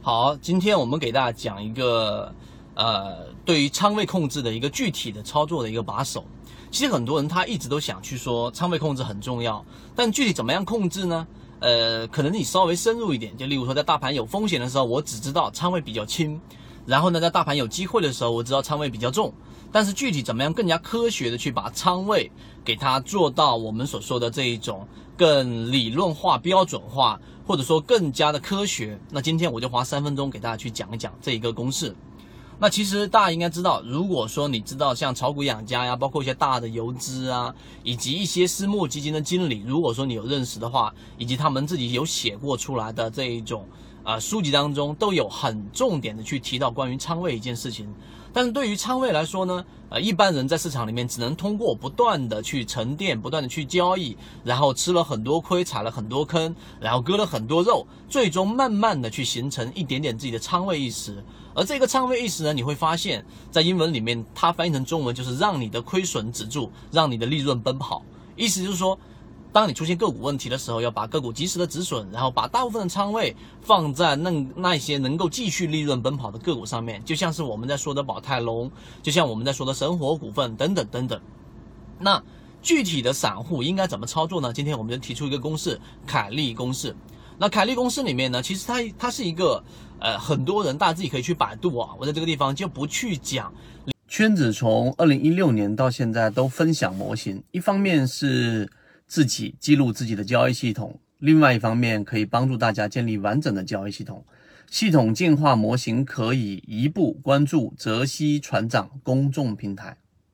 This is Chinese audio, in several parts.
好，今天我们给大家讲一个对于仓位控制的一个具体的操作的一个把手。其实很多人他一直都想去说仓位控制很重要，但具体怎么样控制呢？可能你稍微深入一点，就例如说在大盘有风险的时候，我只知道仓位比较轻，然后呢，在大盘有机会的时候，我知道仓位比较重。但是具体怎么样更加科学的去把仓位给它做到我们所说的这一种更理论化、标准化，或者说更加的科学，那今天我就花3分钟给大家去讲一讲这一个公式。那其实大家应该知道，如果说你知道像炒股养家呀，包括一些大的游资啊，以及一些私募基金的经理，如果说你有认识的话，以及他们自己有写过出来的这一种书籍当中，都有很重点的去提到关于仓位一件事情。但是对于仓位来说呢，一般人在市场里面只能通过不断的去沉淀，不断的去交易，然后吃了很多亏，踩了很多坑，然后割了很多肉，最终慢慢的去形成一点点自己的仓位意识。而这个仓位意识呢，你会发现在英文里面它翻译成中文就是让你的亏损止住，让你的利润奔跑。意思就是说，当你出现个股问题的时候，要把个股及时的止损，然后把大部分的仓位放在那些能够继续利润奔跑的个股上面，就像是我们在说的宝泰隆，就像我们在说的神火股份等等等等。那具体的散户应该怎么操作呢？今天我们就提出一个公式，凯利公式。那凯利公式里面呢，其实它是一个很多人大家自己可以去百度啊，我在这个地方就不去讲。 圈子从2016年到现在都分享模型，一方面是自己记录自己的交易系统，另外一方面可以帮助大家建立完整的交易系统。系统进化模型可以移步关注泽西船长公众平台。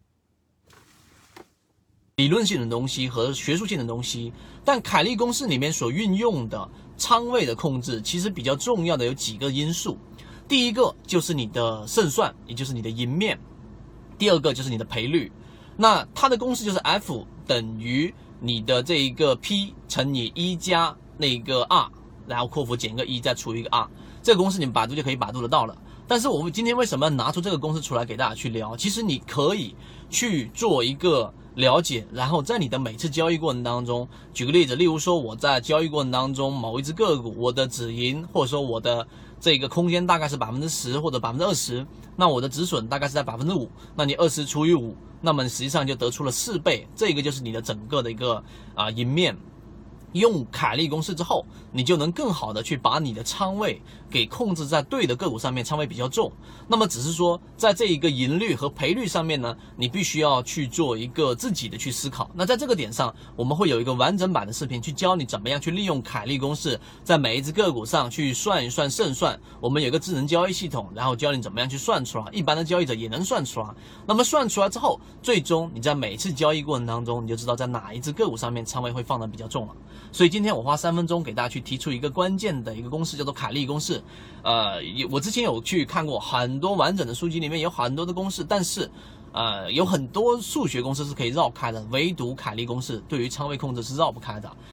理论性的东西和学术性的东西，但凯利公式里面所运用的仓位的控制，其实比较重要的有几个因素。第一个就是你的胜算，也就是你的赢面；第二个就是你的赔率。那它的公式就是 F 等于你的这一个 P 乘以1加那个 R， 然后括弧减一个1再除一个 R。这个公式你们百度就可以百度得到了。但是我们今天为什么要拿出这个公式出来给大家去聊？其实你可以去做一个了解，然后在你的每次交易过程当中，举个例子，例如说我在交易过程当中某一只个股，我的止盈或者说我的这个空间大概是 10% 或者 20%， 那我的止损大概是在 5%， 那你20除以5，那么实际上就得出了4倍，这个就是你的整个的一个赢面。用凯利公式之后，你就能更好的去把你的仓位给控制在对的个股上面，仓位比较重。那么只是说在这一个盈率和赔率上面呢，你必须要去做一个自己的去思考。那在这个点上，我们会有一个完整版的视频去教你怎么样去利用凯利公式，在每一只个股上去算一算胜算。我们有一个智能交易系统，然后教你怎么样去算出来，一般的交易者也能算出来。那么算出来之后，最终你在每次交易过程当中，你就知道在哪一只个股上面仓位会放得比较重了。所以今天我花3分钟给大家去提出一个关键的一个公式，叫做凯利公式。我之前有去看过很多完整的书籍，里面有很多的公式，但是有很多数学公式是可以绕开的，唯独凯利公式对于仓位控制是绕不开的。